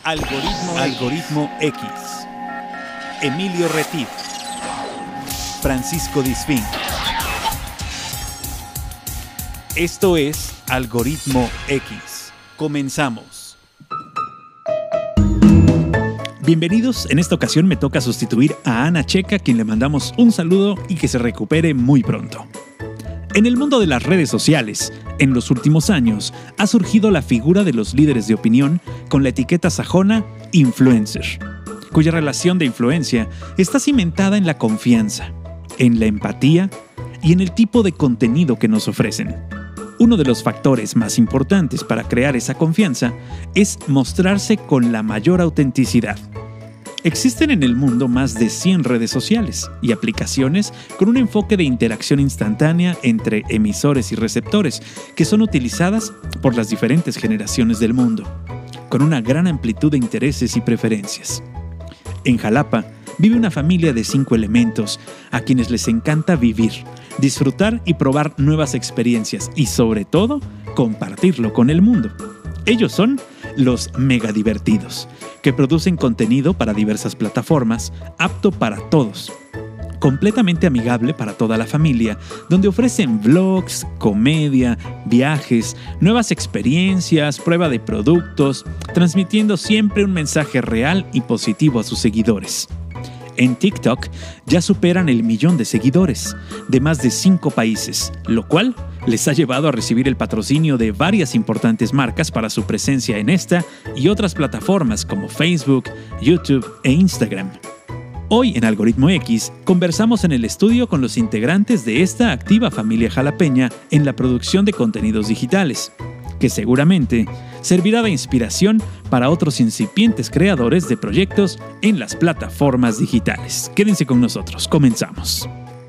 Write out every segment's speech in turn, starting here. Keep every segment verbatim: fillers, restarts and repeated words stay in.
Algoritmo, Algoritmo X. Emilio Retif. Francisco Disfín. Esto es Algoritmo X. Comenzamos. Bienvenidos, en esta ocasión me toca sustituir a Ana Checa, a quien le mandamos un saludo y que se recupere muy pronto. En el mundo de las redes sociales, en los últimos años, ha surgido la figura de los líderes de opinión con la etiqueta sajona influencer, cuya relación de influencia está cimentada en la confianza, en la empatía y en el tipo de contenido que nos ofrecen. Uno de los factores más importantes para crear esa confianza es mostrarse con la mayor autenticidad. Existen en el mundo más de cien redes sociales y aplicaciones con un enfoque de interacción instantánea entre emisores y receptores que son utilizadas por las diferentes generaciones del mundo, con una gran amplitud de intereses y preferencias. En Jalapa vive una familia de cinco elementos a quienes les encanta vivir, disfrutar y probar nuevas experiencias y, sobre todo, compartirlo con el mundo. Ellos son los megadivertidos, que producen contenido para diversas plataformas, apto para todos, completamente amigable para toda la familia, donde ofrecen vlogs, comedia, viajes, nuevas experiencias, prueba de productos, transmitiendo siempre un mensaje real y positivo a sus seguidores. En TikTok ya superan el millón de seguidores, de más de cinco países, lo cual les ha llevado a recibir el patrocinio de varias importantes marcas para su presencia en esta y otras plataformas como Facebook, YouTube e Instagram. Hoy en Algoritmo X conversamos en el estudio con los integrantes de esta activa familia jalapeña en la producción de contenidos digitales, que seguramente servirá de inspiración para otros incipientes creadores de proyectos en las plataformas digitales. Quédense con nosotros, comenzamos.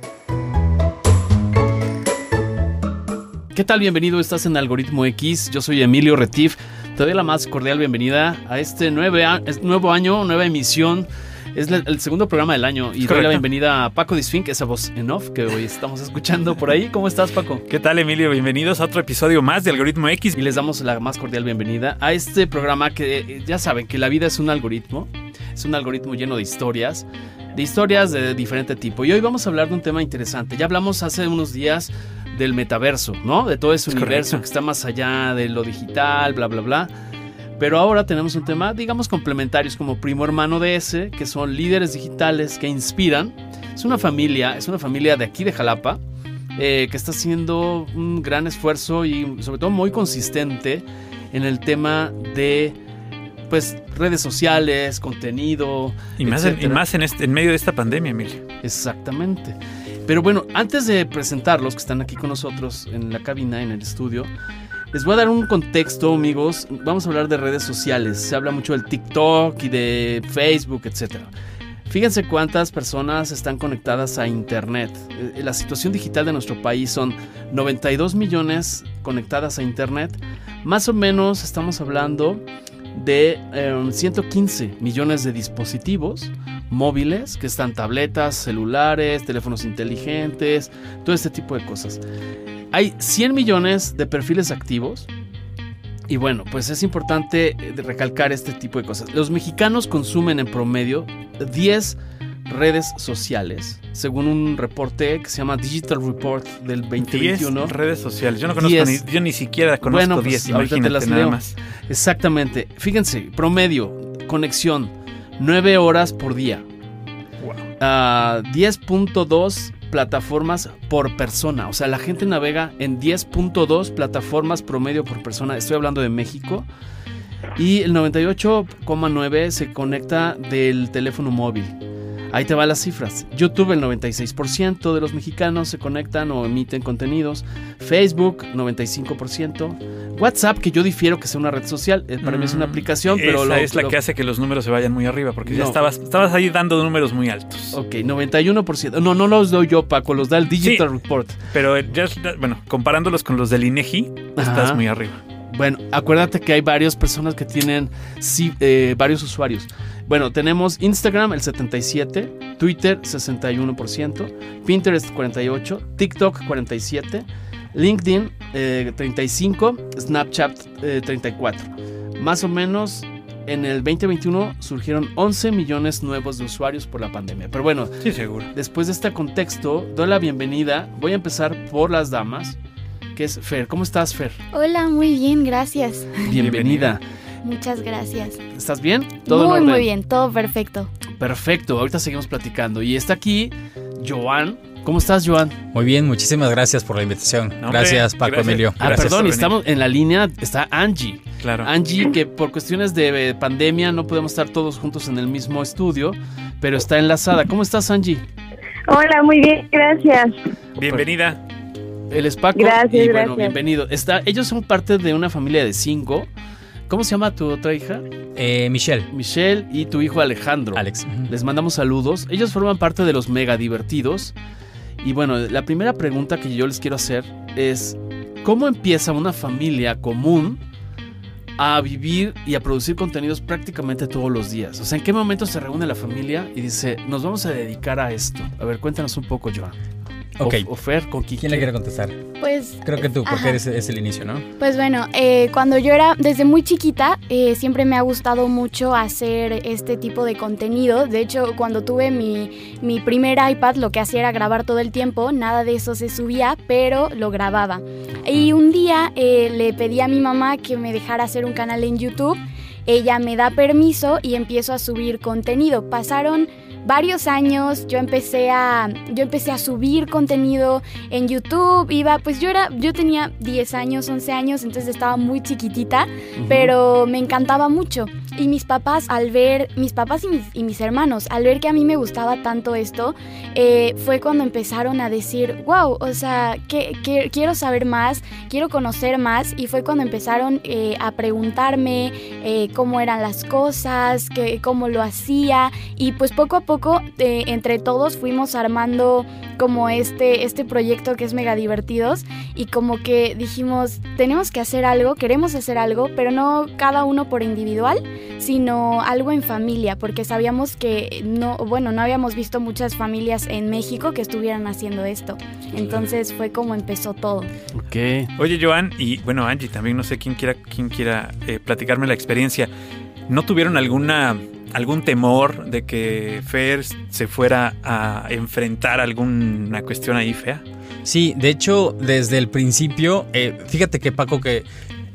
¿Qué tal? Bienvenido, estás en Algoritmo X, yo soy Emilio Retif. Te doy la más cordial bienvenida a este nueve a- nuevo año, nueva emisión. Es la- el segundo programa del año y doy la bienvenida a Paco Disfín, que es esa voz en off que hoy estamos escuchando por ahí. ¿Cómo estás, Paco? ¿Qué tal, Emilio? Bienvenidos a otro episodio más de Algoritmo X. Y les damos la más cordial bienvenida a este programa que eh, ya saben que la vida es un algoritmo, es un algoritmo lleno de historias, de historias de diferente tipo. Y hoy vamos a hablar de un tema interesante. Ya hablamos hace unos días del metaverso, ¿no? De todo ese Es universo correcto. que está más allá de lo digital, bla, bla, bla. Pero ahora tenemos un tema, digamos, complementarios como primo hermano de ese, que son líderes digitales que inspiran. Es una familia, es una familia de aquí de Jalapa, eh, que está haciendo un gran esfuerzo y sobre todo muy consistente en el tema de, pues, redes sociales, contenido, Y más, en, y etcétera. más en, este, en medio de esta pandemia, Emilio. Exactamente. Pero bueno, antes de presentarlos que están aquí con nosotros en la cabina, en el estudio, les voy a dar un contexto, amigos. Vamos a hablar de redes sociales. Se habla mucho del TikTok y de Facebook, etcétera. Fíjense cuántas personas están conectadas a Internet. Eh, La situación digital de nuestro país son noventa y dos millones conectadas a Internet. Más o menos estamos hablando de eh, ciento quince millones de dispositivos móviles, que están tabletas, celulares, teléfonos inteligentes, todo este tipo de cosas. Hay cien millones de perfiles activos. Y bueno, pues es importante recalcar este tipo de cosas. Los mexicanos consumen en promedio diez redes sociales, según un reporte que se llama Digital Report del veinte veintiuno. diez redes sociales. Yo no conozco diez. ni, yo ni siquiera conozco Bueno, pues, diez, ahorita te imagínate las nada leo. más. Exactamente. Fíjense, promedio, conexión, nueve horas por día. Wow. a diez punto dos plataformas por persona. O sea, la gente navega en diez punto dos plataformas promedio por persona. Estoy hablando de México. Y el noventa y ocho coma nueve se conecta del teléfono móvil. Ahí te van las cifras. YouTube, el noventa y seis por ciento de los mexicanos se conectan o emiten contenidos. Facebook, noventa y cinco por ciento. WhatsApp, que yo difiero que sea una red social. eh, Para mí es una aplicación, pero... Esa lo, es la lo- que hace que los números se vayan muy arriba, porque ya No. estabas, estabas ahí dando números muy altos. Ok, noventa y uno por ciento. No, no los doy yo, Paco, los da el Digital Sí. Report. Pero ya, bueno, comparándolos con los del INEGI, Ajá. estás muy arriba. Bueno, acuérdate que hay varias personas que tienen sí, eh, varios usuarios. Bueno, tenemos Instagram, el setenta y siete por ciento, Twitter, sesenta y uno por ciento, Pinterest, cuarenta y ocho por ciento, TikTok, cuarenta y siete por ciento, LinkedIn, eh, treinta y cinco por ciento, Snapchat, eh, treinta y cuatro por ciento. Más o menos en el veinte veintiuno surgieron once millones nuevos de usuarios por la pandemia. Pero bueno, Sí, seguro. después de este contexto, doy la bienvenida. Voy a empezar por las damas, que es Fer. ¿Cómo estás, Fer? Hola, muy bien, gracias. Bienvenida. Muchas gracias. ¿Estás bien? ¿Todo en Muy, orden? muy bien, todo perfecto. Perfecto, ahorita seguimos platicando. Y está aquí Joan. ¿Cómo estás, Joan? Muy bien, muchísimas gracias por la invitación. No, hombre, gracias, Paco gracias. Emilio. Ah, Gracias perdón, por y venir. estamos en la línea, está Angie. Claro. Angie, que por cuestiones de eh, pandemia no podemos estar todos juntos en el mismo estudio, pero está enlazada. ¿Cómo estás, Angie? Hola, muy bien, gracias. Bienvenida. Él es Paco. Gracias, y bueno, gracias. bienvenido. Está, ellos son parte de una familia de cinco. ¿Cómo se llama tu otra hija? Eh, Michelle. Michelle y tu hijo Alejandro. Alex. Les mandamos saludos. Ellos forman parte de los Mega Divertidos. Y bueno, la primera pregunta que yo les quiero hacer es: ¿cómo empieza una familia común a vivir y a producir contenidos prácticamente todos los días? O sea, ¿en qué momento se reúne la familia y dice, nos vamos a dedicar a esto? A ver, cuéntanos un poco, Joan. Ok. O, o Fer, ¿con quién? ¿Quién le quiere contestar? Pues, Creo que tú, porque Ajá. eres, es el inicio, ¿no? pues bueno, eh, cuando yo era desde muy chiquita, eh, siempre me ha gustado mucho hacer este tipo de contenido. De hecho, cuando tuve mi, mi primer iPad, lo que hacía era grabar todo el tiempo. Nada de eso se subía, pero lo grababa. Y un día eh, le pedí a mi mamá que me dejara hacer un canal en YouTube. Ella me da permiso y empiezo a subir contenido. Pasaron varios años, yo empecé a yo empecé a subir contenido en YouTube. Iba, pues yo era yo tenía diez años, once años, entonces estaba muy chiquitita, Ujú. pero me encantaba mucho. Y mis papás al ver, mis papás y mis, y mis hermanos, al ver que a mí me gustaba tanto esto, eh, fue cuando empezaron a decir, wow, o sea, que, que- quiero saber más, quiero conocer más. Y fue cuando empezaron eh, a preguntarme eh, cómo eran las cosas, que, cómo lo hacía. Y pues poco a poco, eh, entre todos, fuimos armando como este, este proyecto que es Mega Divertidos. Y como que dijimos, tenemos que hacer algo, queremos hacer algo, pero no cada uno por individual, sino algo en familia, porque sabíamos que no, bueno, no habíamos visto muchas familias en México que estuvieran haciendo esto. Entonces fue como empezó todo. Ok. Oye, Joan, y bueno, Angie, también no sé quién quiera, quién quiera eh, platicarme la experiencia. ¿No tuvieron alguna algún temor de que Fer se fuera a enfrentar alguna cuestión ahí fea? Sí, de hecho, desde el principio, eh, fíjate que Paco, que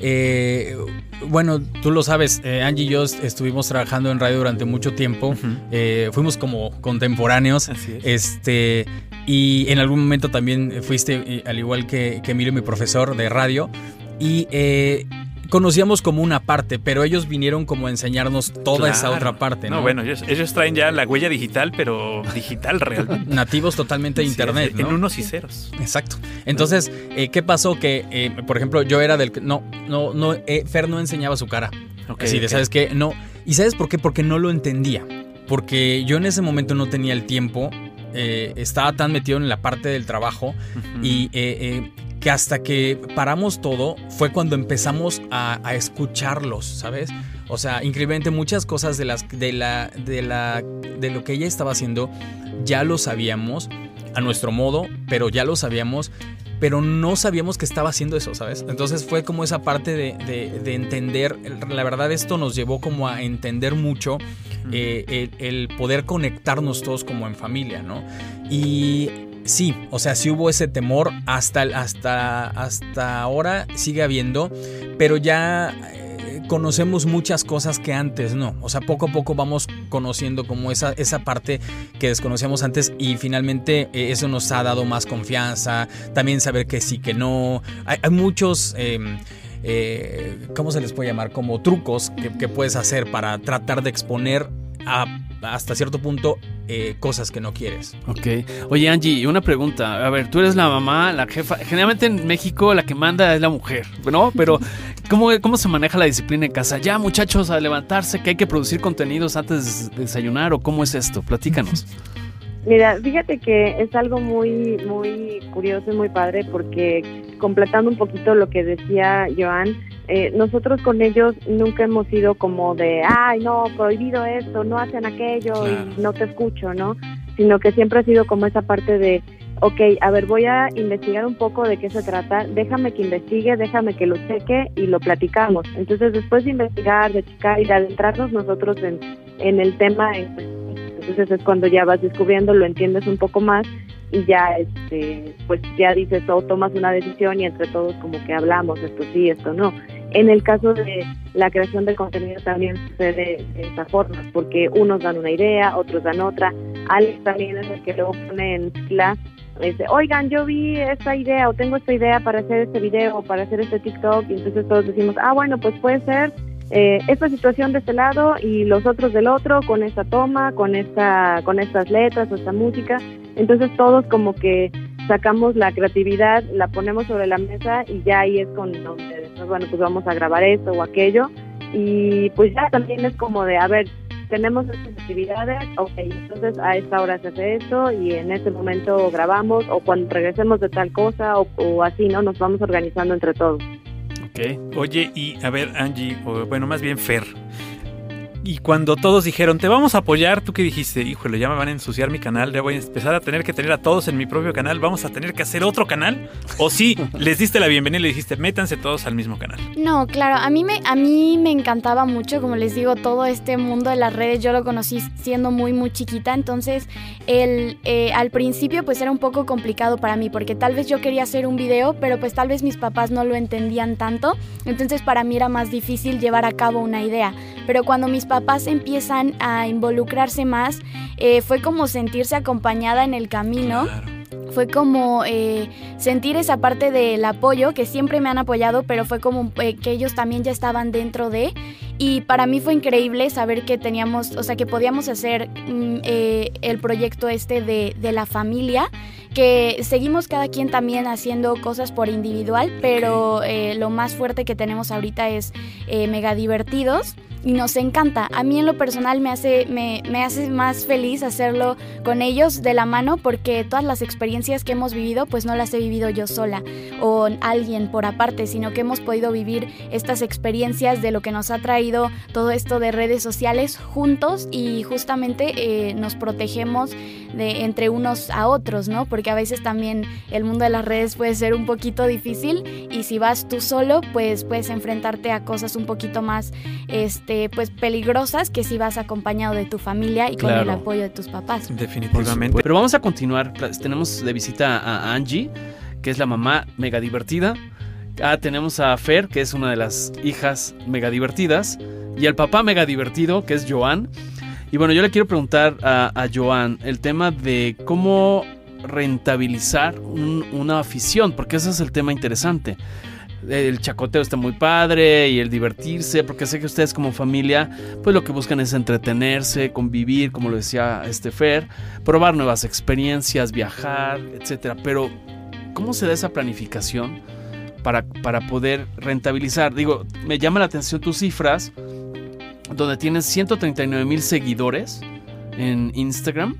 eh, bueno, tú lo sabes, eh, Angie y yo est- estuvimos trabajando en radio durante mucho tiempo. Ujú. Eh, fuimos como contemporáneos. Así es. Este, y en algún momento también fuiste, eh, al igual que, que Emilio, mi profesor de radio. Y eh, conocíamos como una parte, pero ellos vinieron como a enseñarnos toda Claro. esa otra parte, ¿no? No, bueno, ellos, ellos traen ya la huella digital, pero digital realmente. Nativos totalmente de Sí, internet, en ¿no? unos y ceros. Exacto. Entonces, eh, ¿qué pasó? Que, eh, por ejemplo, yo era del... que- No, no, no, eh, Fer no enseñaba su cara. Ok, Así de, ok. ¿sabes qué? No. ¿Y sabes por qué? Porque no lo entendía. Porque yo en ese momento no tenía el tiempo. eh, estaba tan metido en la parte del trabajo. Ujú. Y eh, eh, que hasta que paramos todo fue cuando empezamos a, a escucharlos, ¿sabes? O sea, increíblemente muchas cosas de las de la de la de lo que ella estaba haciendo ya lo sabíamos a nuestro modo, pero ya lo sabíamos, pero no sabíamos que estaba haciendo eso, ¿sabes? Entonces fue como esa parte de, de, de entender. La verdad, esto nos llevó como a entender mucho eh, el, el poder conectarnos todos como en familia, ¿no? Y sí, o sea, sí hubo ese temor, hasta, hasta, hasta ahora sigue habiendo, pero ya eh, conocemos muchas cosas que antes no. O sea, poco a poco vamos conociendo como esa, esa parte que desconocíamos antes, y finalmente eh, eso nos ha dado más confianza, también saber que sí, que no. Hay, hay muchos... Eh, eh, ¿cómo se les puede llamar? Como trucos que, que puedes hacer para tratar de exponer a, hasta cierto punto eh, cosas que no quieres. Ok. Oye, Angie, una pregunta. A ver, tú eres la mamá, la jefa. Generalmente en México la que manda es la mujer, ¿no? Pero ¿cómo, cómo se maneja la disciplina en casa? Ya, muchachos, a levantarse, que hay que producir contenidos antes de desayunar, ¿o cómo es esto? Platícanos. Mira, fíjate que es algo muy, muy curioso y muy padre, porque completando un poquito lo que decía Joan, eh, nosotros con ellos nunca hemos sido como de, ay, no, prohibido esto, no hacen aquello, Claro. y no te escucho, ¿no? Sino que siempre ha sido como esa parte de, ok, a ver, voy a investigar un poco de qué se trata, déjame que investigue, déjame que lo cheque y lo platicamos. Entonces, después de investigar, de checar y de adentrarnos nosotros en, en el tema, entonces es cuando ya vas descubriendo, lo entiendes un poco más y ya, este, pues ya dices o tomas una decisión y entre todos como que hablamos, esto sí, esto no. En el caso de la creación de contenido también sucede de esa forma, porque unos dan una idea, otros dan otra. Alex también es el que luego pone en clase, dice, oigan, yo vi esta idea o tengo esta idea para hacer este video o para hacer este TikTok, y entonces todos decimos, ah, bueno, pues puede ser eh, esta situación de este lado y los otros del otro, con esta toma, con esta, con estas letras o esta música. Entonces todos como que sacamos la creatividad, la ponemos sobre la mesa y ya ahí es con donde decimos, bueno, pues vamos a grabar esto o aquello, y pues ya también es como de, a ver, tenemos estas actividades, ok, entonces a esta hora se hace esto y en este momento grabamos, o cuando regresemos de tal cosa, o, o así, ¿no? Nos vamos organizando entre todos. Ok. Oye, y a ver, Angie, o bueno, más bien Fer, y cuando todos dijeron, te vamos a apoyar, ¿tú qué dijiste? Híjole, ya me van a ensuciar mi canal, ya voy a empezar a tener que tener a todos en mi propio canal, ¿vamos a tener que hacer otro canal? ¿O sí, les diste la bienvenida y le dijiste, métanse todos al mismo canal? No, claro, a mí me a mí me encantaba mucho, como les digo, todo este mundo de las redes. Yo lo conocí siendo muy, muy chiquita, entonces el, eh, al principio pues era un poco complicado para mí, porque tal vez yo quería hacer un video, pero pues tal vez mis papás no lo entendían tanto, entonces para mí era más difícil llevar a cabo una idea. Pero cuando mis papás empiezan a involucrarse más, eh, fue como sentirse acompañada en el camino. Claro. Fue como eh, sentir esa parte del apoyo, que siempre me han apoyado, pero fue como eh, que ellos también ya estaban dentro de, y para mí fue increíble saber que teníamos, o sea, que podíamos hacer mm, eh, el proyecto este de, de la familia, que seguimos cada quien también haciendo cosas por individual, pero eh, lo más fuerte que tenemos ahorita es eh, Mega Divertidos. Y nos encanta. A mí en lo personal me hace, me, me hace más feliz hacerlo con ellos de la mano, porque todas las experiencias que hemos vivido pues no las he vivido yo sola o alguien por aparte, sino que hemos podido vivir estas experiencias de lo que nos ha traído todo esto de redes sociales juntos, y justamente eh, nos protegemos de entre unos a otros, ¿no? Porque a veces también el mundo de las redes puede ser un poquito difícil, y si vas tú solo pues puedes enfrentarte a cosas un poquito más este pues peligrosas que si vas acompañado de tu familia y con Claro. el apoyo de tus papás. Definitivamente. Pero vamos a continuar. Tenemos de visita a Angie, que es la mamá mega divertida. Ah, tenemos a Fer, que es una de las hijas mega divertidas. Y al papá mega divertido, que es Joan. Y bueno, yo le quiero preguntar a, a Joan el tema de cómo rentabilizar un, una afición, porque ese es el tema interesante. El chacoteo está muy padre y el divertirse, porque sé que ustedes como familia pues lo que buscan es entretenerse, convivir, como lo decía este Fer, probar nuevas experiencias, viajar, etcétera. Pero ¿cómo se da esa planificación para, para poder rentabilizar? Digo, me llama la atención tus cifras, donde tienes ciento treinta y nueve mil seguidores en Instagram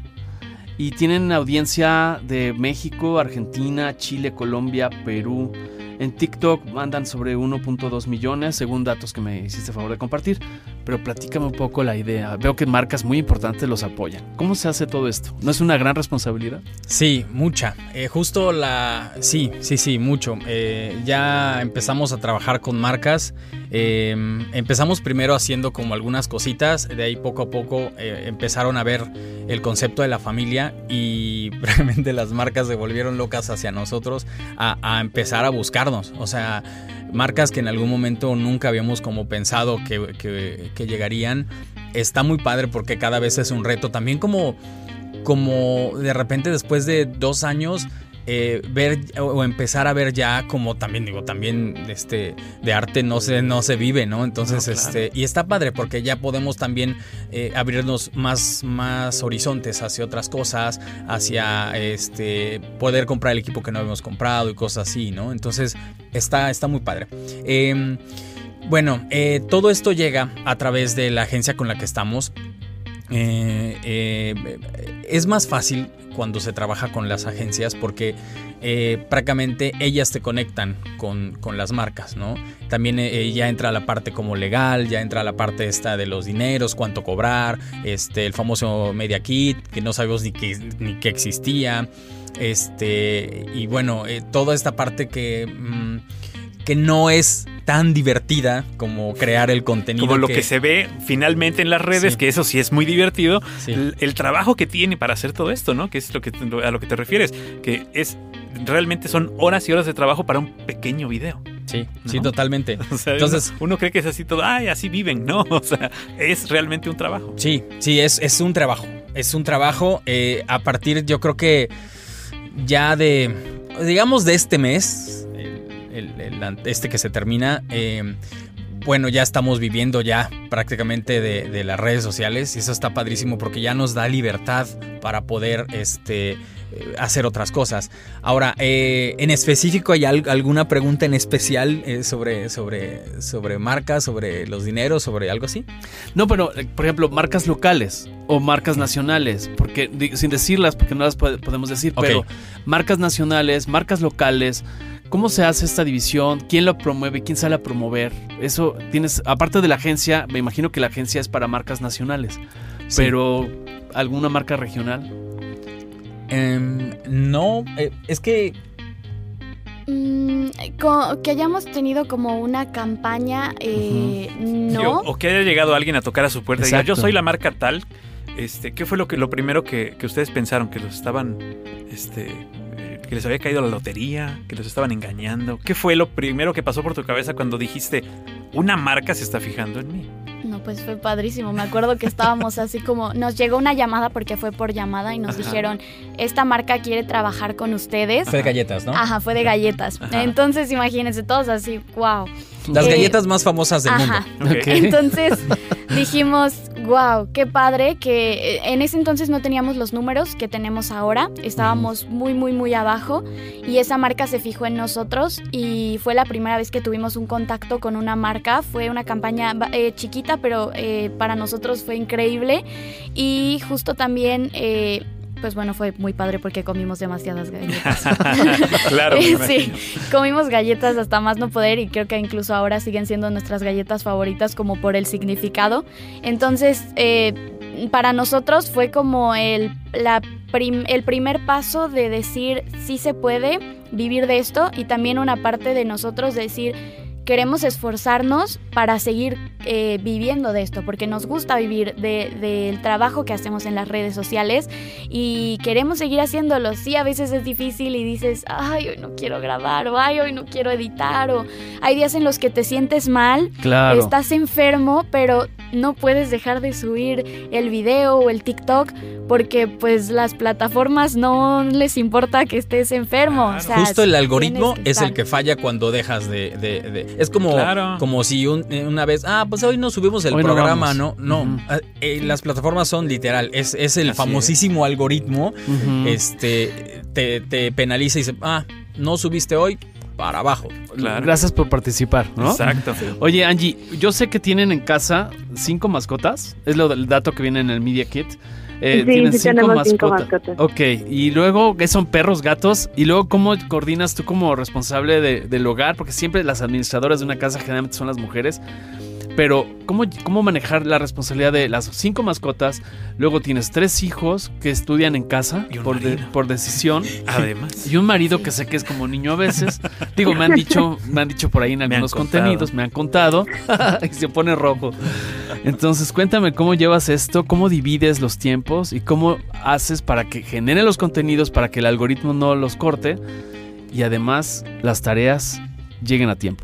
y tienen audiencia de México, Argentina, Chile, Colombia, Perú. En TikTok mandan sobre uno punto dos millones, según datos que me hiciste favor de compartir. Pero platícame un poco la idea. Veo que marcas muy importantes los apoyan. ¿Cómo se hace todo esto? ¿No es una gran responsabilidad? Sí, mucha. Eh, justo la... Sí, sí, sí, mucho. Eh, ya empezamos a trabajar con marcas. Eh, empezamos primero haciendo como algunas cositas. De ahí poco a poco eh, empezaron a ver el concepto de la familia, y realmente las marcas se volvieron locas hacia nosotros a, a empezar a buscarnos. O sea, marcas que en algún momento nunca habíamos como pensado que, que, que llegarían. Está muy padre porque cada vez es un reto. También como, como de repente después de dos años eh, ver o empezar a ver ya como también digo, también este, de arte no se, no se vive, ¿no? Entonces, no, claro. este, y está padre porque ya podemos también eh, abrirnos más, más horizontes hacia otras cosas, hacia este, poder comprar el equipo que no habíamos comprado y cosas así, ¿no? Entonces está, está muy padre. Eh, Bueno, eh, todo esto llega a través de la agencia con la que estamos. Eh, eh, es más fácil cuando se trabaja con las agencias porque eh, prácticamente ellas te conectan con, con las marcas, ¿no? También eh, ya entra la parte como legal, ya entra la parte esta de los dineros, cuánto cobrar, este, el famoso Media Kit, que no sabemos ni que, ni que existía. Este, y bueno, eh, toda esta parte que, mmm, que no es tan divertida como crear el contenido. Como lo que, que se ve finalmente en las redes, sí. que eso sí es muy divertido. Sí. El, el trabajo que tiene para hacer todo esto, ¿no? Que es lo que, a lo que te refieres, que es realmente son horas y horas de trabajo para un pequeño video. Sí, ¿no? sí, totalmente. O sea, Entonces, uno, uno cree que es así todo, ay, así viven, ¿no? O sea, es realmente un trabajo. Sí, sí, es, es un trabajo. Es un trabajo eh, a partir, yo creo que ya de, digamos, de este mes, el, el, el, este que se termina, eh, bueno, ya estamos viviendo ya prácticamente de, de las redes sociales y eso está padrísimo porque ya nos da libertad para poder este, hacer otras cosas. Ahora, eh, en específico, ¿hay al, alguna pregunta en especial eh, sobre, sobre, sobre marcas, sobre los dineros, sobre algo así? No, pero, por ejemplo, marcas locales o marcas nacionales, porque sin decirlas, porque no las podemos decir, okay. pero marcas nacionales, marcas locales. ¿Cómo se hace esta división? ¿Quién lo promueve? ¿Quién sale a promover? Eso tienes, aparte de la agencia, me imagino que la agencia es para marcas nacionales, sí. pero ¿alguna marca regional? Um, no, eh, es que... Mm, co- que hayamos tenido como una campaña, eh, uh-huh. no. O, o que haya llegado alguien a tocar a su puerta y diga, yo soy la marca tal. Este, ¿qué fue lo que lo primero que, que ustedes pensaron? Que los estaban... este que les había caído la lotería, que los estaban engañando. ¿Qué fue lo primero que pasó por tu cabeza cuando dijiste, una marca se está fijando en mí? No, pues fue padrísimo. Me acuerdo que estábamos así como, nos llegó una llamada porque fue por llamada y nos Ajá. dijeron, esta marca quiere trabajar con ustedes. Fue de galletas, ¿no? Ajá, fue de galletas. Ajá. Entonces, imagínense, todos así, wow. Las eh, galletas más famosas del Ajá. mundo. Okay. Entonces dijimos, wow, qué padre, que en ese entonces no teníamos los números que tenemos ahora, estábamos muy, muy, muy abajo y esa marca se fijó en nosotros y fue la primera vez que tuvimos un contacto con una marca, fue una campaña eh, chiquita, pero eh, para nosotros fue increíble y justo también... Eh, pues bueno, fue muy padre porque comimos demasiadas galletas. Claro, me sí, comimos galletas hasta más no poder y creo que incluso ahora siguen siendo nuestras galletas favoritas como por el significado. Entonces, eh, para nosotros fue como el, la prim, el primer paso de decir sí se puede vivir de esto y también una parte de nosotros decir queremos esforzarnos para seguir eh, viviendo de esto, porque nos gusta vivir de, del trabajo que hacemos en las redes sociales y queremos seguir haciéndolo. Sí, a veces es difícil y dices, ay, hoy no quiero grabar, o ay, hoy no quiero editar, o hay días en los que te sientes mal, claro. estás enfermo, pero no puedes dejar de subir el video o el TikTok porque pues las plataformas no les importa que estés enfermo. Claro. O sea, justo el algoritmo es estar. el que falla cuando dejas de... de, de es como, claro. como si un, una vez, ah, pues hoy no subimos el hoy programa, no, ¿no? No, uh-huh. eh, las plataformas son literal, es, es el Así famosísimo es. algoritmo, uh-huh. este te, te penaliza y dice, ah, no subiste hoy, para abajo. Claro. Gracias por participar, ¿no? Exacto. Oye, Angie, yo sé que tienen en casa cinco mascotas. Es lo del dato que viene en el Media Kit. Eh, sí, tienen sí cinco, tenemos mascota. cinco mascotas. Ok, y luego, ¿qué son perros, gatos? Y luego, ¿cómo coordinas tú como responsable de, del hogar? Porque siempre las administradoras de una casa generalmente son las mujeres. Pero, ¿cómo, ¿cómo manejar la responsabilidad de las cinco mascotas? Luego tienes tres hijos que estudian en casa por, de, por decisión. Además. Y un marido que sé que es como niño a veces. Digo, me han dicho, me han dicho por ahí en algunos contenidos, me han contado. Y se pone rojo. Entonces, cuéntame cómo llevas esto, cómo divides los tiempos y cómo haces para que genere los contenidos, para que el algoritmo no los corte y además las tareas lleguen a tiempo.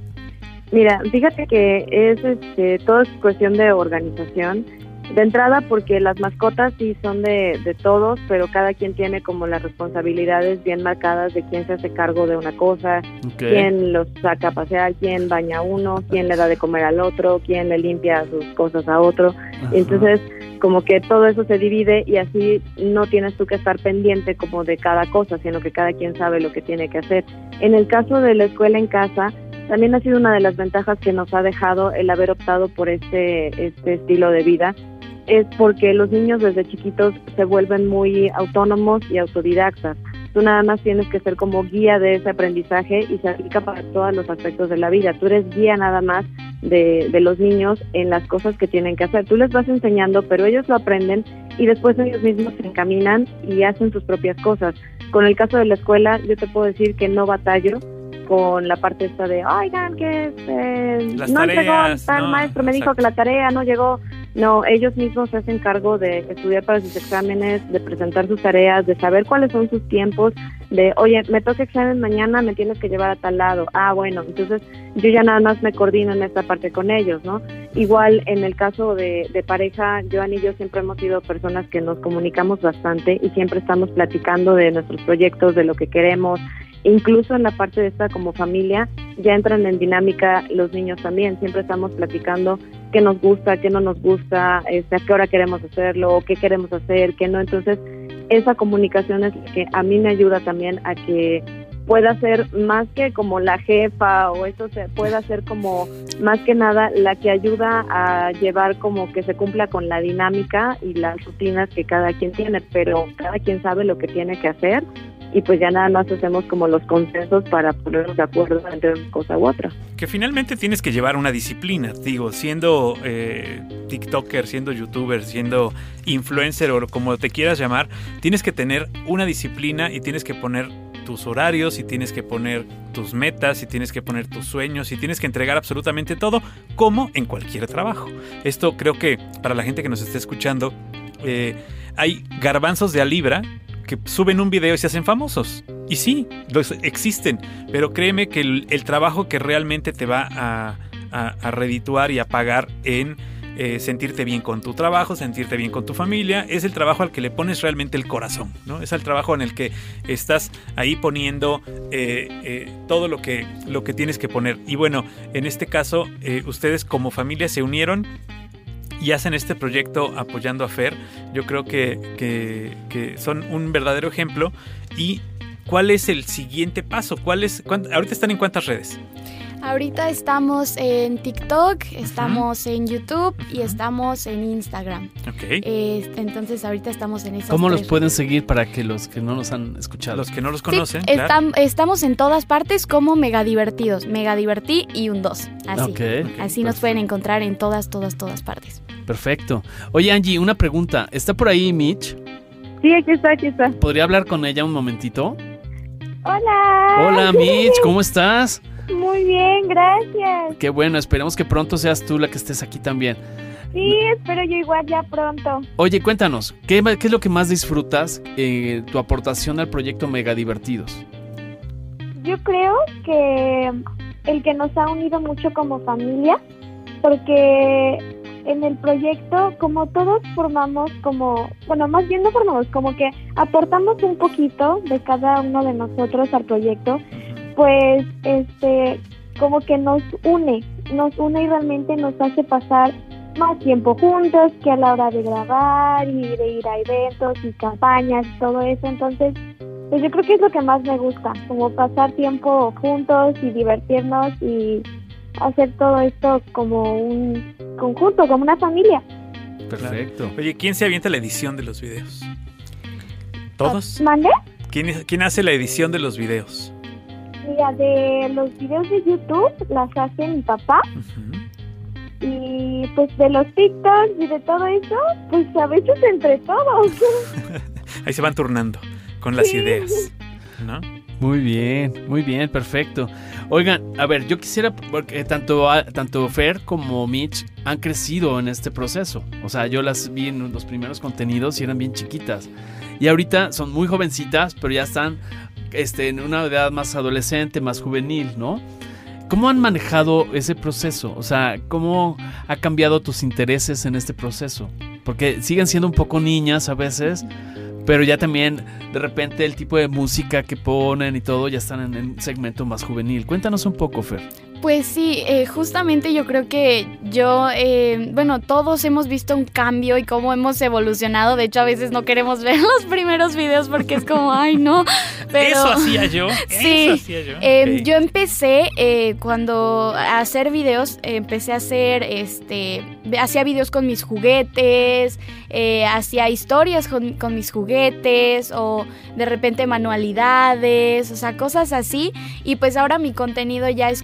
Mira, fíjate que es este, todo es cuestión de organización. De entrada porque las mascotas sí son de, de todos, pero cada quien tiene como las responsabilidades bien marcadas de quién se hace cargo de una cosa, okay. quién los saca a pasear, quién baña a uno, quién le da de comer al otro, quién le limpia sus cosas a otro. Ajá. Entonces, como que todo eso se divide y así no tienes tú que estar pendiente como de cada cosa, sino que cada quien sabe lo que tiene que hacer. En el caso de la escuela en casa, también ha sido una de las ventajas que nos ha dejado el haber optado por este, este estilo de vida, es porque los niños desde chiquitos se vuelven muy autónomos y autodidactas. Tú nada más tienes que ser como guía de ese aprendizaje y se aplica para todos los aspectos de la vida. Tú eres guía nada más de, de los niños en las cosas que tienen que hacer. Tú les vas enseñando, pero ellos lo aprenden y después ellos mismos se encaminan y hacen sus propias cosas. Con el caso de la escuela, yo te puedo decir que no batallo con la parte esta de, oigan, que eh, Las no tareas, entregó, tal no, maestro me exacto. dijo que la tarea no llegó. No, ellos mismos se hacen cargo de estudiar para sus exámenes, de presentar sus tareas, de saber cuáles son sus tiempos, de, oye, me toca examen mañana, me tienes que llevar a tal lado. Ah, bueno, entonces yo ya nada más me coordino en esta parte con ellos, ¿no? Igual en el caso de, de pareja, Joan y yo siempre hemos sido personas que nos comunicamos bastante y siempre estamos platicando de nuestros proyectos, de lo que queremos. Incluso en la parte de esta como familia ya entran en dinámica los niños también, siempre estamos platicando qué nos gusta, qué no nos gusta, este, a qué hora queremos hacerlo, qué queremos hacer, qué no. Entonces esa comunicación es la que a mí me ayuda también a que pueda ser más que como la jefa, o eso se pueda ser como más que nada la que ayuda a llevar como que se cumpla con la dinámica y las rutinas que cada quien tiene, pero cada quien sabe lo que tiene que hacer. Y pues ya nada más hacemos como los consensos para ponernos de acuerdo entre una cosa u otra. Que finalmente tienes que llevar una disciplina, digo, siendo eh, TikToker, siendo YouTuber, siendo influencer o como te quieras llamar, tienes que tener una disciplina y tienes que poner tus horarios y tienes que poner tus metas y tienes que poner tus sueños y tienes que entregar absolutamente todo, como en cualquier trabajo. Esto creo que para la gente que nos esté escuchando, eh, hay garbanzos de a libra que suben un video y se hacen famosos. Y sí, los existen, pero créeme que el, el trabajo que realmente te va a, a, a redituar y a pagar en eh, sentirte bien con tu trabajo, sentirte bien con tu familia, es el trabajo al que le pones realmente el corazón, ¿no? Es el trabajo en el que estás ahí poniendo eh, eh, todo lo que, lo que tienes que poner. Y bueno, en este caso, eh, ustedes como familia se unieron y hacen este proyecto apoyando a Fer. Yo creo que, que, que son un verdadero ejemplo. ¿Y cuál es el siguiente paso? ¿Cuál es, cuánt, ahorita están en cuántas redes? Ahorita estamos en TikTok, estamos uh-huh. en YouTube uh-huh. y estamos en Instagram. Okay. Eh, entonces ahorita estamos en esas ¿Cómo los tres pueden redes. seguir para que los que no los han escuchado? Los que no los conocen, sí, claro. estam- estamos en todas partes como Mega Divertidos. Mega Divertí y un dos. Así, okay, okay, así perfecto. Nos pueden encontrar en todas, todas, todas partes. Perfecto. Oye, Angie, una pregunta. ¿Está por ahí Mitch? Sí, aquí está, aquí está. ¿Podría hablar con ella un momentito? Hola. Hola, Mitch, ¿cómo estás? Muy bien, gracias. Qué bueno, esperemos que pronto seas tú la que estés aquí también. Sí, espero yo igual ya pronto. Oye, cuéntanos, ¿qué, qué es lo que más disfrutas, eh, tu aportación al proyecto Mega Divertidos? Yo creo que el que nos ha unido mucho como familia, porque en el proyecto, como todos formamos como, bueno, más bien no formamos, como que aportamos un poquito de cada uno de nosotros al proyecto, pues este como que nos une, nos une y realmente nos hace pasar más tiempo juntos que a la hora de grabar y de ir a eventos y campañas y todo eso. Entonces, pues yo creo que es lo que más me gusta, como pasar tiempo juntos y divertirnos y hacer todo esto como un conjunto, como una familia. Perfecto. Oye, ¿quién se avienta la edición de los videos? ¿Todos? ¿Mande? ¿Quién, quién hace la edición de los videos? Mira, de los videos de YouTube las hace mi papá. Uh-huh. Y pues de los TikToks y de todo eso, pues a veces entre todos. Ahí se van turnando con las sí. ideas, ¿no? Muy bien, muy bien, perfecto. Oigan, a ver, yo quisiera, porque tanto, tanto Fer como Mitch han crecido en este proceso. O sea, yo las vi en los primeros contenidos y eran bien chiquitas. Y ahorita son muy jovencitas, pero ya están este, en una edad más adolescente, más juvenil, ¿no? ¿Cómo han manejado ese proceso? O sea, ¿cómo ha cambiado tus intereses en este proceso? Porque siguen siendo un poco niñas a veces, pero ya también de repente el tipo de música que ponen y todo ya están en un segmento más juvenil. Cuéntanos un poco, Fer. Pues sí, eh, justamente yo creo que yo, eh, bueno, todos hemos visto un cambio y cómo hemos evolucionado. De hecho, a veces no queremos ver los primeros videos porque es como, ay, no. Pero, eso hacía yo. Sí, eso hacía yo. Eh, Okay. Yo empecé eh, cuando a hacer videos, eh, empecé a hacer, este, hacía videos con mis juguetes, eh, hacía historias con, con mis juguetes o de repente manualidades, o sea, cosas así. Y pues ahora mi contenido ya es como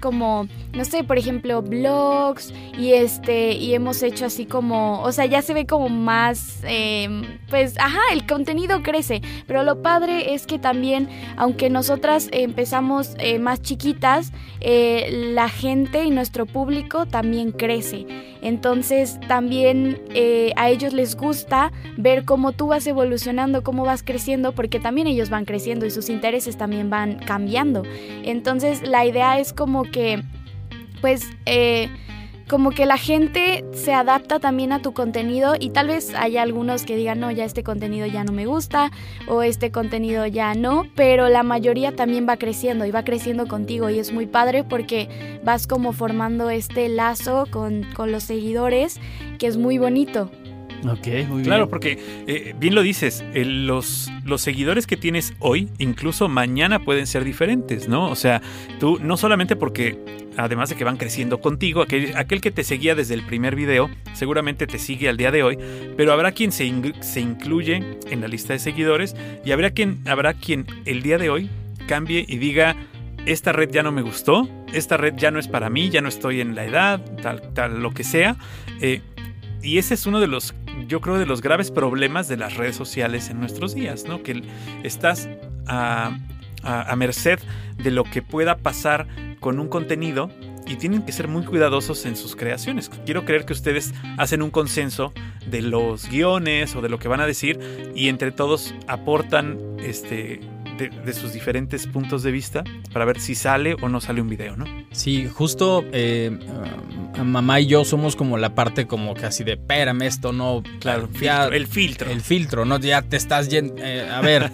como, no sé, por ejemplo, blogs y este y hemos hecho así como, o sea, ya se ve como más, eh, pues, ajá, el contenido crece. Pero lo padre es que también, aunque nosotras empezamos eh, más chiquitas, eh, la gente y nuestro público también crece. Entonces también eh, a ellos les gusta ver cómo tú vas evolucionando, cómo vas creciendo, porque también ellos van creciendo y sus intereses también van cambiando. Entonces la idea es como que, pues, eh, como que la gente se adapta también a tu contenido y tal vez haya algunos que digan, no, ya este contenido ya no me gusta o este contenido ya no, pero la mayoría también va creciendo y va creciendo contigo y es muy padre porque vas como formando este lazo con, con los seguidores que es muy bonito. Ok, muy bien. Claro, porque eh, bien lo dices, eh, los, los seguidores que tienes hoy, incluso mañana pueden ser diferentes, ¿no? O sea, tú no solamente porque, además de que van creciendo contigo, aquel, aquel que te seguía desde el primer video, seguramente te sigue al día de hoy, pero habrá quien se, in, se incluye en la lista de seguidores y habrá quien, habrá quien el día de hoy cambie y diga, esta red ya no me gustó, esta red ya no es para mí, ya no estoy en la edad, tal, tal, lo que sea. Eh, y ese es uno de los, yo creo, de los graves problemas de las redes sociales en nuestros días, ¿no? Que estás a, a, a merced de lo que pueda pasar con un contenido y tienen que ser muy cuidadosos en sus creaciones. Quiero creer que ustedes hacen un consenso de los guiones o de lo que van a decir y entre todos aportan este... De, de sus diferentes puntos de vista para ver si sale o no sale un video, ¿no? Sí, justo eh, uh, mamá y yo somos como la parte como que así de, espérame, esto no... Claro, ya, filtro, el filtro. El filtro, ¿no? Ya te estás yendo... Eh, a ver,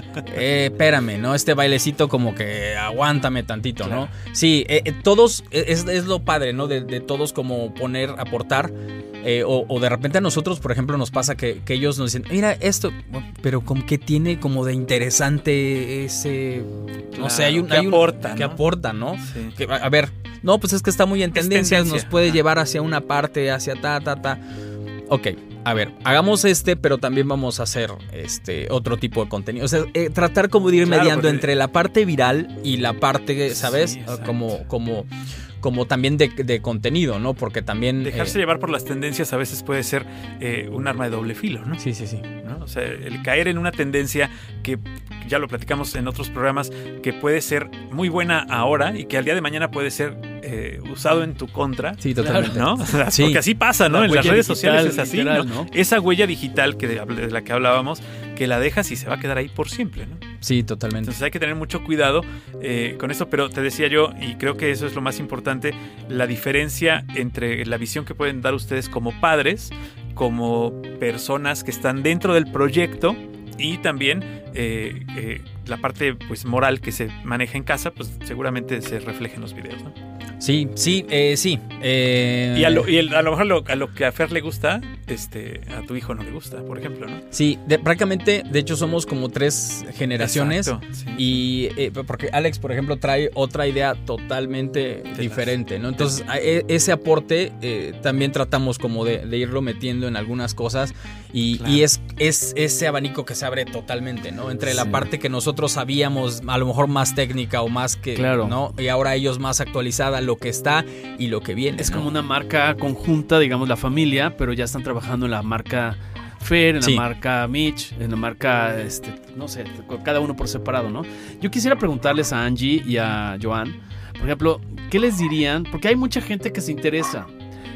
eh, espérame, ¿no? Este bailecito como que aguántame tantito, claro. ¿no? Sí, eh, eh, todos, es, es lo padre, ¿no? De, de todos como poner, aportar. Eh, o, o de repente a nosotros, por ejemplo, nos pasa que, que ellos nos dicen, mira esto, pero como que tiene como de interesante ese, claro, no sé, hay un... Que hay aporta, un, ¿no? Que aporta, ¿no? Sí. Que, a ver, no, pues es que está muy en tendencias, tendencia. nos puede Ajá. llevar hacia una parte, hacia ta, ta, ta. Ok, a ver, hagamos este, pero también vamos a hacer este otro tipo de contenido. O sea, eh, tratar como de ir Claro, mediando porque... entre la parte viral y la parte, ¿sabes? Sí, como, como... como también de, de contenido, ¿no? Porque también... Dejarse eh, llevar por las tendencias a veces puede ser eh, un arma de doble filo, ¿no? Sí, sí, sí. ¿No? O sea, el caer en una tendencia que ya lo platicamos en otros programas, que puede ser muy buena ahora y que al día de mañana puede ser eh, usado en tu contra. Sí, totalmente. ¿No? O sea, sí. Porque así pasa, ¿no? La en las redes digital, sociales es así, literal, ¿no? ¿no? Esa huella digital que de, de la que hablábamos, que la dejas y se va a quedar ahí por siempre, ¿no? Sí, totalmente. Entonces hay que tener mucho cuidado eh, con eso, pero te decía yo, y creo que eso es lo más importante, la diferencia entre la visión que pueden dar ustedes como padres, como personas que están dentro del proyecto y también eh, eh, la parte pues moral que se maneja en casa, pues seguramente se refleja en los videos, ¿no? Sí, sí, eh, sí. Eh... Y, a lo, y el, a lo mejor lo, a lo que a Fer le gusta, este, a tu hijo no le gusta, por ejemplo, ¿no? Sí, de, prácticamente, de hecho somos como tres generaciones. Exacto, sí. Y eh, porque Alex, por ejemplo, trae otra idea totalmente De diferente, ¿no? Entonces, a, e, ese aporte eh, también tratamos como de, de irlo metiendo en algunas cosas y, Claro. y es, es ese abanico que se abre totalmente, ¿no? Entre Sí. la parte que nosotros sabíamos, a lo mejor más técnica o más que, Claro. ¿no? Y ahora ellos más actualizada, lo que está y lo que viene. Es ¿no? como una marca conjunta, digamos, la familia, pero ya están trabajando en la marca Fer, en Sí. la marca Mitch, en la marca, este, no sé, cada uno por separado, ¿no? Yo quisiera preguntarles a Angie y a Joan, por ejemplo, ¿qué les dirían? Porque hay mucha gente que se interesa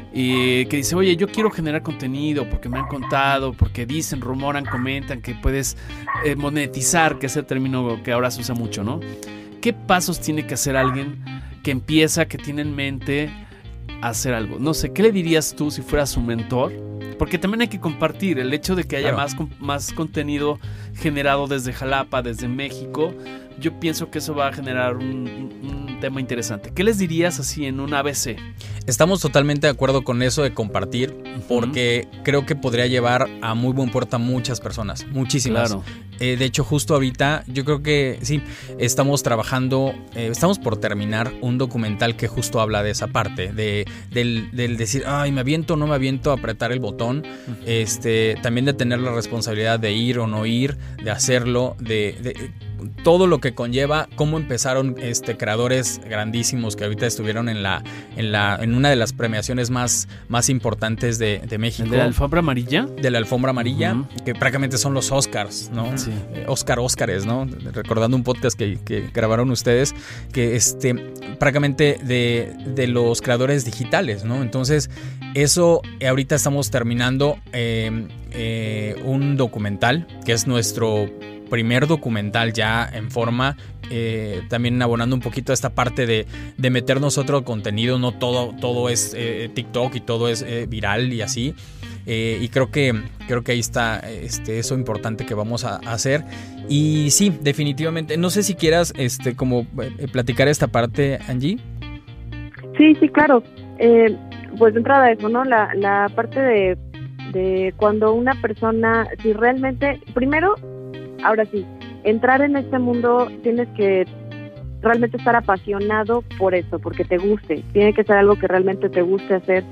y que dice, oye, yo quiero generar contenido porque me han contado, porque dicen, rumoran, comentan que puedes eh, monetizar, que es el término que ahora se usa mucho, ¿no? ¿Qué pasos tiene que hacer alguien que empieza, que tiene en mente hacer algo? No sé, ¿qué le dirías tú si fueras su mentor? Porque también hay que compartir el hecho de que haya Claro. más, más contenido generado desde Jalapa, desde México. Yo pienso que eso va a generar un, un tema interesante. ¿Qué les dirías así en un A B C? Estamos totalmente de acuerdo con eso de compartir, porque uh-huh. creo que podría llevar a muy buen puerto a muchas personas, muchísimas. Claro. Eh, de hecho, justo ahorita, yo creo que sí, estamos trabajando, eh, estamos por terminar un documental que justo habla de esa parte, de, del, del decir, ay, me aviento o no me aviento a apretar el botón, uh-huh. este, también de tener la responsabilidad de ir o no ir, de hacerlo, de, de todo lo que conlleva, cómo empezaron este, creadores grandísimos que ahorita estuvieron en la en la en una de las premiaciones más, más importantes de, de México. ¿De la alfombra amarilla? De la alfombra amarilla, uh-huh. que prácticamente son los Oscars, ¿no? Sí. Eh, Oscar Óscares, ¿no? Recordando un podcast que, que grabaron ustedes, que este prácticamente de, de los creadores digitales, ¿no? Entonces, eso ahorita estamos terminando eh, eh, un documental, que es nuestro primer documental ya en forma, eh, también abonando un poquito a esta parte de, de meternos otro contenido, no todo, todo es eh, TikTok y todo es eh, viral y así. Eh, y creo que creo que ahí está este, eso importante que vamos a, a hacer. Y sí, definitivamente. No sé si quieras este, como eh, platicar esta parte, Angie. Sí, sí, claro. Eh, pues de entrada eso, ¿no? La, la parte de, de cuando una persona, si realmente, primero, ahora sí, entrar en este mundo tienes que realmente estar apasionado por eso, porque te guste. Tiene que ser algo que realmente te guste hacer,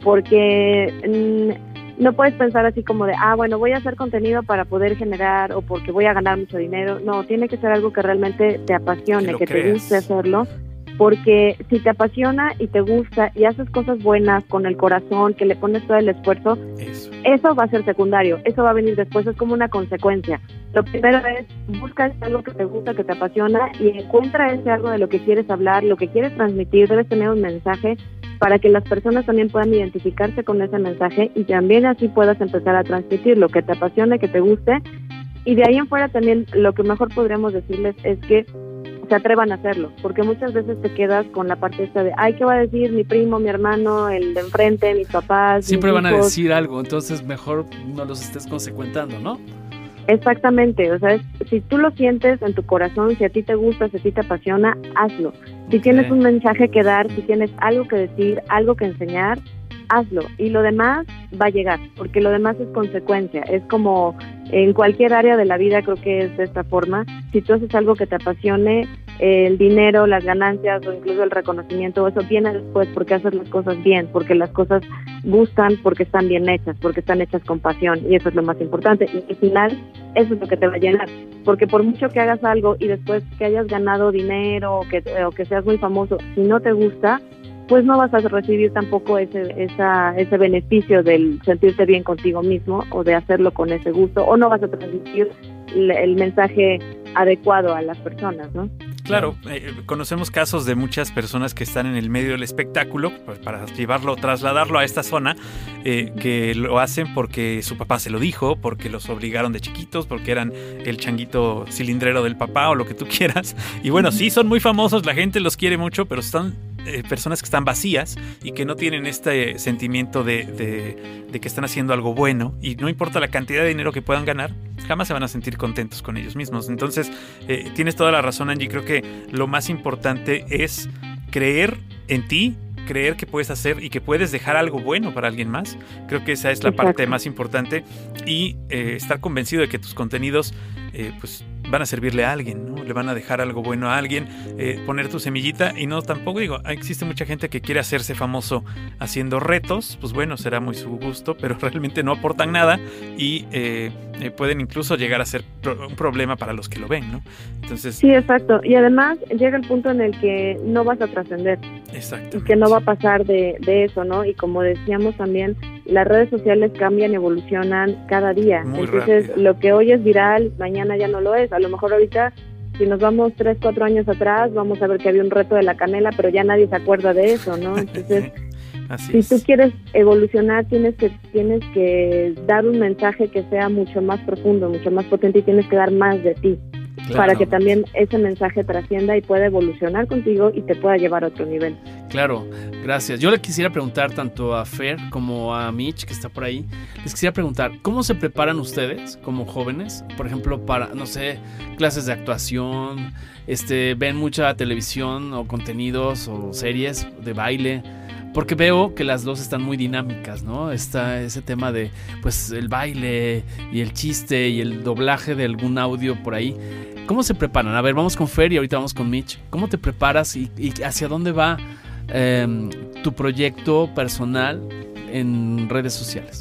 porque mmm, no puedes pensar así como de, ah, bueno, voy a hacer contenido para poder generar o porque voy a ganar mucho dinero. No, tiene que ser algo que realmente te apasione, que, que te guste hacerlo. Porque si te apasiona y te gusta y haces cosas buenas con el corazón, que le pones todo el esfuerzo, eso. eso va a ser secundario, eso va a venir después, es como una consecuencia. Lo primero es, busca algo que te gusta, que te apasiona y encuentra ese algo de lo que quieres hablar, lo que quieres transmitir, debes tener un mensaje para que las personas también puedan identificarse con ese mensaje y también así puedas empezar a transmitir lo que te apasione, que te guste. Y de ahí en fuera también lo que mejor podríamos decirles es que se atrevan a hacerlo, porque muchas veces te quedas con la parte esta de, ay, ¿qué va a decir mi primo, mi hermano, el de enfrente, mis papás? Siempre mis van hijos? a decir algo, entonces mejor no los estés consecuentando, ¿no? Exactamente, o sea, es, si tú lo sientes en tu corazón, si a ti te gusta, si a ti te apasiona, hazlo. Si okay. tienes un mensaje que dar, si tienes algo que decir, algo que enseñar, hazlo. Y lo demás va a llegar, porque lo demás es consecuencia. Es como en cualquier área de la vida, creo que es de esta forma. Si tú haces algo que te apasione, el dinero, las ganancias o incluso el reconocimiento, eso viene después porque haces las cosas bien, porque las cosas gustan, porque están bien hechas, porque están hechas con pasión, y eso es lo más importante. Y al final, eso es lo que te va a llenar, porque por mucho que hagas algo y después que hayas ganado dinero o que, o que seas muy famoso, si no te gusta, pues no vas a recibir tampoco ese esa, ese beneficio del sentirte bien contigo mismo o de hacerlo con ese gusto, o no vas a transmitir el, el mensaje adecuado a las personas, ¿no? Claro, eh, conocemos casos de muchas personas que están en el medio del espectáculo, pues para llevarlo, trasladarlo a esta zona, eh, que lo hacen porque su papá se lo dijo, porque los obligaron de chiquitos, porque eran el changuito cilindrero del papá o lo que tú quieras. Y bueno, sí, son muy famosos, la gente los quiere mucho, pero están eh, personas que están vacías y que no tienen este sentimiento de, de, de que están haciendo algo bueno, y no importa la cantidad de dinero que puedan ganar, jamás se van a sentir contentos con ellos mismos. Entonces, eh, tienes toda la razón, Angie. Creo que lo más importante es creer en ti, creer que puedes hacer y que puedes dejar algo bueno para alguien más. Creo que esa es la Exacto. parte más importante, y eh, estar convencido de que tus contenidos eh, pues van a servirle a alguien, ¿no? Le van a dejar algo bueno a alguien, eh, poner tu semillita. Y no, tampoco digo, existe mucha gente que quiere hacerse famoso haciendo retos, pues bueno, será muy su gusto, pero realmente no aportan nada y eh, eh, pueden incluso llegar a ser pro- un problema para los que lo ven, ¿no? Entonces, sí, exacto. Y además llega el punto en el que no vas a trascender. Exacto. Y que no va a pasar de, de eso, ¿no? Y como decíamos también, las redes sociales cambian y evolucionan cada día. Muy Entonces, rápido. Lo que hoy es viral, mañana ya no lo es. A lo mejor ahorita, si nos vamos tres, cuatro años atrás, vamos a ver que había un reto de la canela, pero ya nadie se acuerda de eso, ¿no? Entonces, sí, así si es. tú quieres evolucionar, tienes que tienes que dar un mensaje que sea mucho más profundo, mucho más potente, y tienes que dar más de ti. Claro. Para que también ese mensaje trascienda y pueda evolucionar contigo y te pueda llevar a otro nivel. Claro, gracias. Yo le quisiera preguntar tanto a Fer como a Mitch, que está por ahí, les quisiera preguntar, ¿cómo se preparan ustedes como jóvenes? Por ejemplo, para, no sé, clases de actuación, este, ven mucha televisión o contenidos o series de baile. Porque veo que las dos están muy dinámicas, ¿no? Está ese tema de, pues, el baile y el chiste y el doblaje de algún audio por ahí. ¿Cómo se preparan? A ver, vamos con Fer y ahorita vamos con Mitch. ¿Cómo te preparas y, y hacia dónde va eh, tu proyecto personal en redes sociales?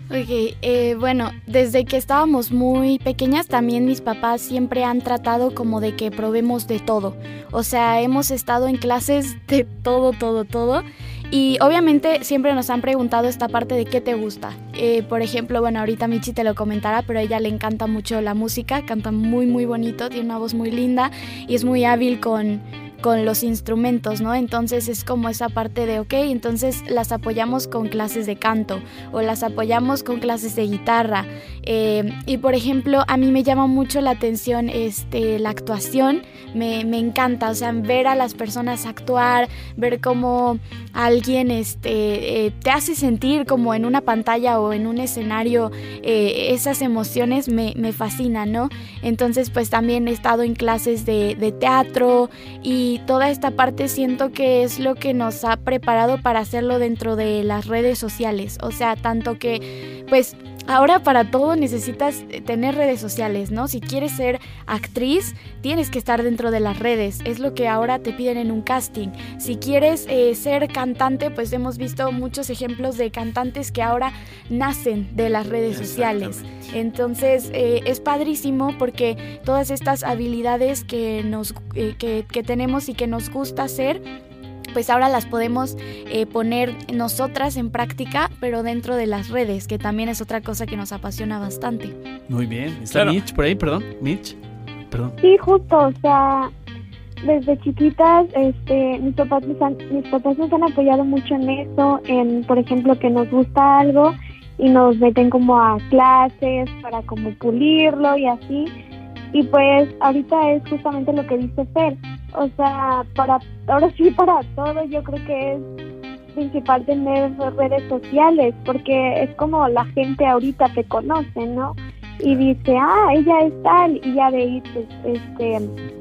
Ok, eh, bueno, desde que estábamos muy pequeñas también mis papás siempre han tratado como de que probemos de todo. O sea, hemos estado en clases de todo, todo, todo. Y obviamente siempre nos han preguntado esta parte de qué te gusta. Eh, por ejemplo, bueno, ahorita Michi te lo comentará, pero a ella le encanta mucho la música, canta muy, muy bonito, tiene una voz muy linda y es muy hábil con... con los instrumentos, ¿no? Entonces es como esa parte de, ok, entonces las apoyamos con clases de canto o las apoyamos con clases de guitarra. Eh, y por ejemplo, a mí me llama mucho la atención este, la actuación, me, me encanta, o sea, ver a las personas actuar, ver cómo alguien este, eh, te hace sentir como en una pantalla o en un escenario eh, esas emociones me, me fascinan, ¿no? Entonces pues también he estado en clases de, de teatro y toda esta parte siento que es lo que nos ha preparado para hacerlo dentro de las redes sociales, o sea, tanto que pues ahora para todo necesitas tener redes sociales, ¿no? Si quieres ser actriz, tienes que estar dentro de las redes, es lo que ahora te piden en un casting. Si quieres eh, ser cantante, pues hemos visto muchos ejemplos de cantantes que ahora nacen de las redes sociales. Entonces eh, es padrísimo porque todas estas habilidades que, nos, eh, que, que tenemos y que nos gusta hacer, pues ahora las podemos eh, poner nosotras en práctica, pero dentro de las redes, que también es otra cosa que nos apasiona bastante. Muy bien. ¿Está Claro. Mitch por ahí? Perdón. Mitch. Perdón. Sí, justo, o sea, desde chiquitas, este, mis papás, nos han, mis papás nos han apoyado mucho en eso, en, por ejemplo, que nos gusta algo y nos meten como a clases para como pulirlo y así. Y pues ahorita es justamente lo que dice Fer, o sea, para ahora sí para todo yo creo que es principal tener redes sociales, porque es como la gente ahorita te conoce, ¿no? Y dice, ah, ella es tal, y ya de ahí pues, este,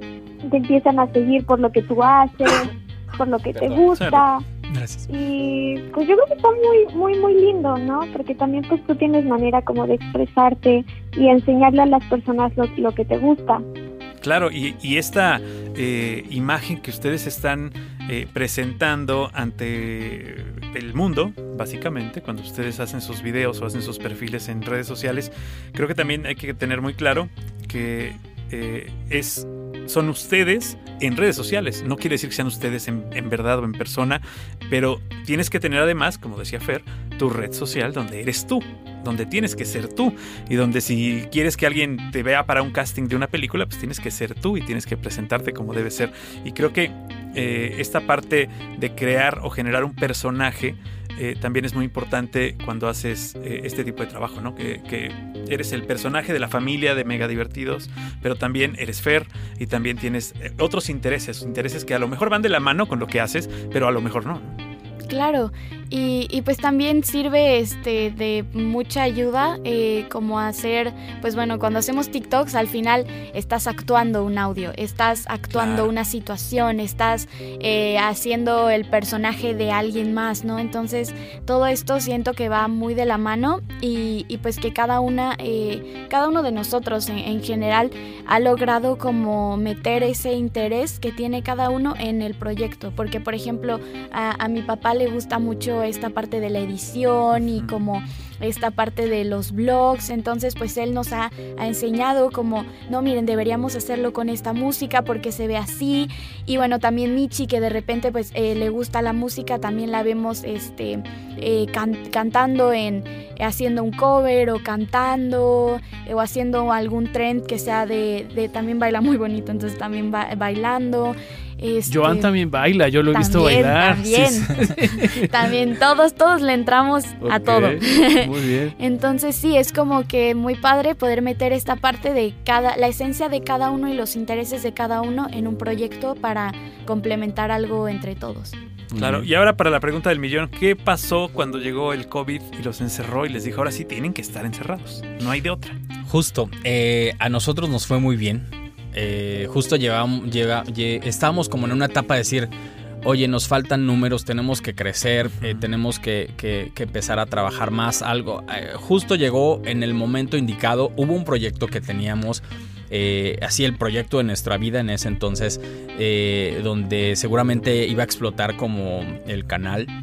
te empiezan a seguir por lo que tú haces, por lo que te gusta. Gracias. Y pues yo creo que está muy, muy, muy lindo, ¿no? Porque también pues tú tienes manera como de expresarte y enseñarle a las personas lo, lo que te gusta. Claro, y, y esta eh, imagen que ustedes están eh, presentando ante el mundo, básicamente, cuando ustedes hacen sus videos o hacen sus perfiles en redes sociales, creo que también hay que tener muy claro que eh, es... son ustedes en redes sociales. No quiere decir que sean ustedes en, en verdad o en persona, pero tienes que tener además, como decía Fer, tu red social donde eres tú, donde tienes que ser tú y donde si quieres que alguien te vea para un casting de una película, pues tienes que ser tú y tienes que presentarte como debe ser. Y creo que eh, esta parte de crear o generar un personaje Eh, también es muy importante cuando haces eh, este tipo de trabajo, ¿no? Que, que eres el personaje de la familia de Mega Divertidos, pero también eres Fer y también tienes eh, otros intereses, intereses que a lo mejor van de la mano con lo que haces, pero a lo mejor no. Claro, y, y pues también sirve este de mucha ayuda eh, como hacer, pues bueno, cuando hacemos TikToks al final estás actuando un audio, estás actuando Claro. una situación, estás eh, haciendo el personaje de alguien más, ¿no? Entonces todo esto siento que va muy de la mano y, y pues que cada una, eh, cada uno de nosotros en, en general ha logrado como meter ese interés que tiene cada uno en el proyecto, porque por ejemplo a, a mi papá le gusta mucho esta parte de la edición y como esta parte de los vlogs, entonces pues él nos ha, ha enseñado como, no miren, deberíamos hacerlo con esta música porque se ve así, y bueno, también Michi que de repente pues eh, le gusta la música, también la vemos este eh, can, cantando en, haciendo un cover o cantando eh, o haciendo algún trend que sea de, de también baila muy bonito, entonces también ba, bailando. Este, Joan también baila, yo lo he visto también, bailar. También, Sí, sí. también todos, todos le entramos a Ok, todo. Muy bien. Entonces sí, es como que muy padre poder meter esta parte de cada, la esencia de cada uno y los intereses de cada uno en un proyecto para complementar algo entre todos. Claro, y ahora para la pregunta del millón, ¿qué pasó cuando llegó el COVID y los encerró y les dijo, ahora sí tienen que estar encerrados? No hay de otra. Justo, eh, a nosotros nos fue muy bien. Eh, justo llevamos, llega, lle- estábamos como en una etapa de decir, oye, nos faltan números, tenemos que crecer, eh, tenemos que, que, que empezar a trabajar más, algo. Eh, justo llegó en el momento indicado, hubo un proyecto que teníamos, eh, así el proyecto de nuestra vida en ese entonces, eh, donde seguramente iba a explotar como el canal.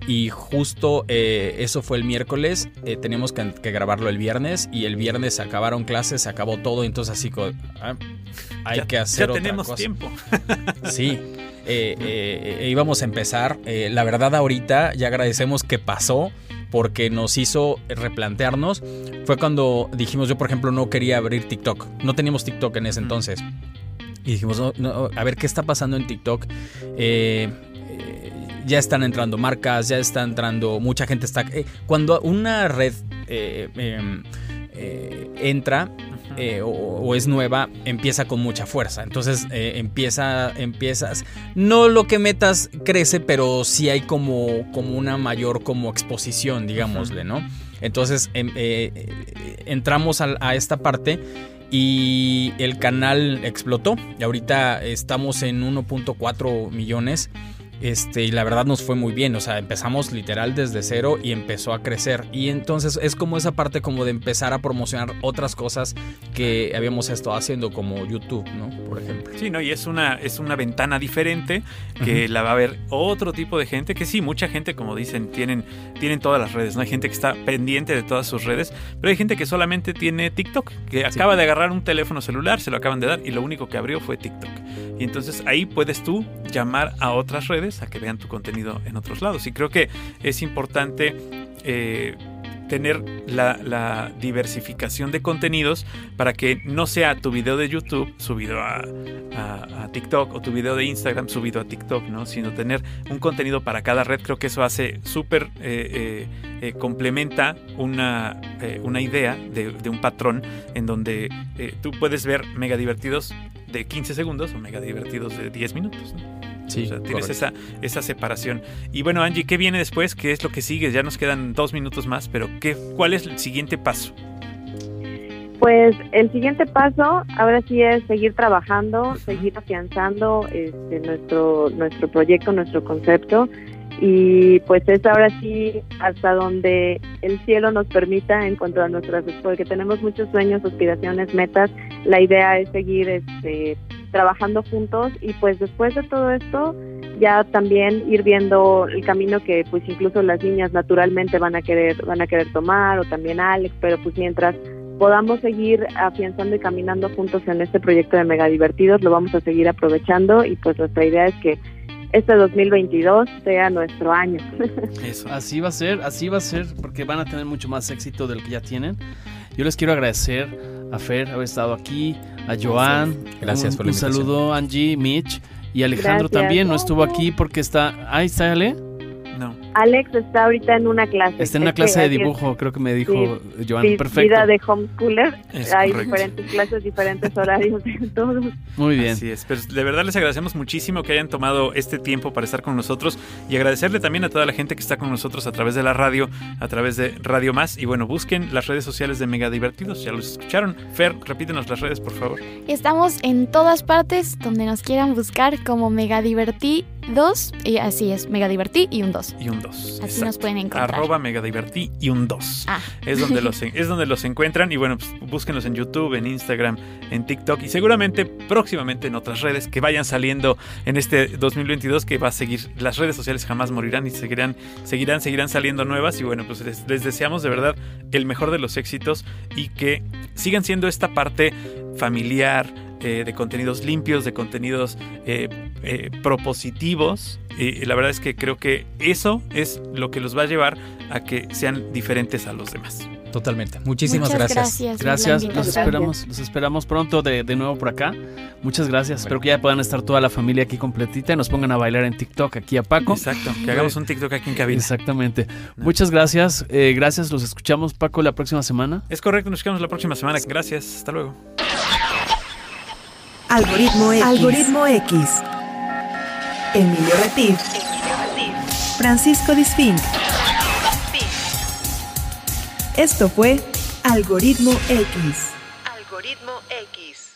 y justo eh, eso fue el miércoles, eh, teníamos que, que grabarlo el viernes y el viernes se acabaron clases, se acabó todo, entonces así co- ah, hay ya, que hacer ya otra tenemos cosa. tiempo. Sí, eh, eh, eh, íbamos a empezar, eh, la verdad ahorita ya agradecemos que pasó porque nos hizo replantearnos. Fue cuando dijimos, yo por ejemplo no quería abrir TikTok, no teníamos TikTok en ese Mm. entonces. Y dijimos, no, no, a ver qué está pasando en TikTok. Eh, eh, ya están entrando marcas, ya está entrando, mucha gente está... Eh, cuando una red eh, eh, eh, entra eh, o, o es nueva, empieza con mucha fuerza. Entonces eh, empieza, empiezas... No lo que metas crece, pero sí hay como, como una mayor como exposición, digámosle, ¿no? Entonces eh, eh, entramos a, a esta parte y el canal explotó. Y ahorita estamos en uno punto cuatro millones. Este, y la verdad nos fue muy bien, o sea, empezamos literal desde cero y empezó a crecer. Y entonces es como esa parte como de empezar a promocionar otras cosas que habíamos estado haciendo, como YouTube, ¿no? Por ejemplo. Sí, ¿no? Y es una, es una ventana diferente que uh-huh. la va a ver otro tipo de gente, que sí, mucha gente, como dicen, tienen, tienen todas las redes, ¿no? Hay gente que está pendiente de todas sus redes, pero hay gente que solamente tiene TikTok, que sí. acaba de agarrar un teléfono celular, se lo acaban de dar y lo único que abrió fue TikTok. Y entonces ahí puedes tú llamar a otras redes a que vean tu contenido en otros lados. Y creo que es importante eh, tener la, la diversificación de contenidos para que no sea tu video de YouTube subido a, a, a TikTok o tu video de Instagram subido a TikTok, ¿no? Sino tener un contenido para cada red. Creo que eso hace súper eh, eh, eh, complementa una, eh, una idea de, de un patrón en donde eh, tú puedes ver mega divertidos de quince segundos o mega divertidos de diez minutos, ¿no? Sí, o sea, tienes esa, esa separación. Y bueno, Angie, ¿qué viene después? ¿Qué es lo que sigue? Ya nos quedan dos minutos más, pero ¿qué, ¿cuál es el siguiente paso? Pues el siguiente paso ahora sí es seguir trabajando, uh-huh. seguir afianzando este, nuestro, nuestro proyecto, nuestro concepto. Y pues es ahora sí hasta donde el cielo nos permita en cuanto a nuestras, porque tenemos muchos sueños, aspiraciones, metas. La idea es seguir este, trabajando juntos y pues después de todo esto ya también ir viendo el camino que pues incluso las niñas naturalmente van a querer van a querer tomar, o también Alex, pero pues mientras podamos seguir afianzando y caminando juntos en este proyecto de Mega Divertidos, lo vamos a seguir aprovechando y pues nuestra idea es que este dos mil veintidós sea nuestro año. Eso. Así va a ser, así va a ser, porque van a tener mucho más éxito del que ya tienen. Yo les quiero agradecer a Fer haber estado aquí, a Joan, gracias un, por la un saludo, Angie, Mitch, y Alejandro gracias. También, no estuvo aquí porque está... Ahí está, Ale. No. Alex está ahorita en una clase. Está en una clase de dibujo, creo que me dijo sí, Joan. Sí, perfecto. Vida de homeschooler. Es Hay correcto. diferentes clases, diferentes horarios de todos. Muy bien. Así es. Pero de verdad les agradecemos muchísimo que hayan tomado este tiempo para estar con nosotros y agradecerle también a toda la gente que está con nosotros a través de la radio, a través de Radio Más. Y bueno, busquen las redes sociales de Mega Divertidos. Ya los escucharon. Fer, repítenos las redes, por favor. Estamos en todas partes donde nos quieran buscar como Mega Divertí dos, y así es, Mega Divertí y un dos. Y un dos. Así exacto. nos pueden encontrar. Arroba Mega Divertí y un dos. Ah. Es donde los es donde los encuentran. Y bueno, pues búsquenlos en YouTube, en Instagram, en TikTok y seguramente próximamente en otras redes que vayan saliendo en este dos mil veintidós, que va a seguir. Las redes sociales jamás morirán y seguirán, seguirán, seguirán saliendo nuevas. Y bueno, pues les, les deseamos de verdad el mejor de los éxitos y que sigan siendo esta parte familiar, Eh, de contenidos limpios, de contenidos eh, eh, propositivos. Y la verdad es que creo que eso es lo que los va a llevar a que sean diferentes a los demás. Totalmente. Muchísimas Muchas gracias. Gracias. Los esperamos, los esperamos pronto de, de nuevo por acá. Muchas gracias. Bueno. Espero que ya puedan estar toda la familia aquí completita y nos pongan a bailar en TikTok aquí a Paco. Exacto. Que hagamos un TikTok aquí en cabina. Exactamente. No. Muchas gracias. Eh, gracias. Los escuchamos, Paco, la próxima semana. Es correcto. Nos escuchamos la próxima semana. Gracias. Hasta luego. Algoritmo X. Algoritmo X. Emilio Retif. Francisco Disfink. Esto fue Algoritmo X. Algoritmo X.